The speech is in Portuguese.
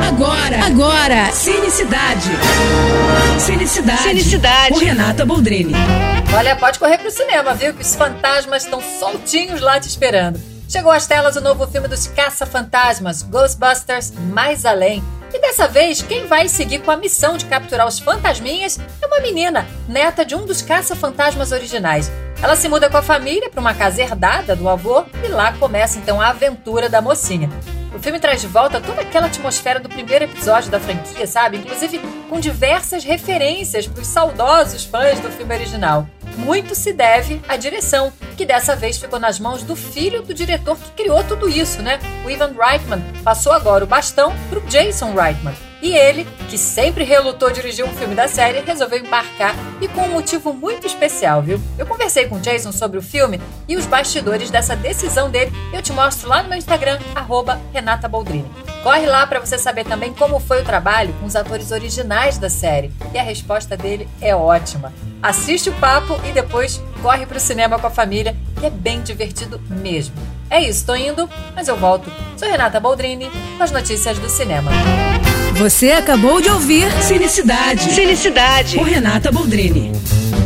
Agora, Cinecidade. Cinecidade. Com Renata Boldrini. Olha, pode correr pro cinema, viu? Que os fantasmas estão soltinhos lá te esperando. Chegou às telas o novo filme dos caça-fantasmas, Ghostbusters Mais Além. E dessa vez, quem vai seguir com a missão de capturar os fantasminhas é uma menina, neta de um dos caça-fantasmas originais. Ela se muda com a família para uma casa herdada do avô e lá começa então a aventura da mocinha. O filme traz de volta toda aquela atmosfera do primeiro episódio da franquia, sabe? Inclusive com diversas referências para os saudosos fãs do filme original. Muito se deve à direção, que dessa vez ficou nas mãos do filho do diretor que criou tudo isso, né? O Ivan Reitman passou agora o bastão para o Jason Reitman. E ele, que sempre relutou dirigir um filme da série, resolveu embarcar e com um motivo muito especial, viu? Eu conversei com o Jason sobre o filme e os bastidores dessa decisão dele. Eu te mostro lá no meu Instagram, @Renata Boldrini. Corre lá para você saber também como foi o trabalho com os atores originais da série. E a resposta dele é ótima. Assiste o papo e depois corre pro cinema com a família, que é bem divertido mesmo. É isso, tô indo, mas eu volto. Sou Renata Boldrini com as notícias do cinema. Você acabou de ouvir Cinecidade. Com Renata Boldrini.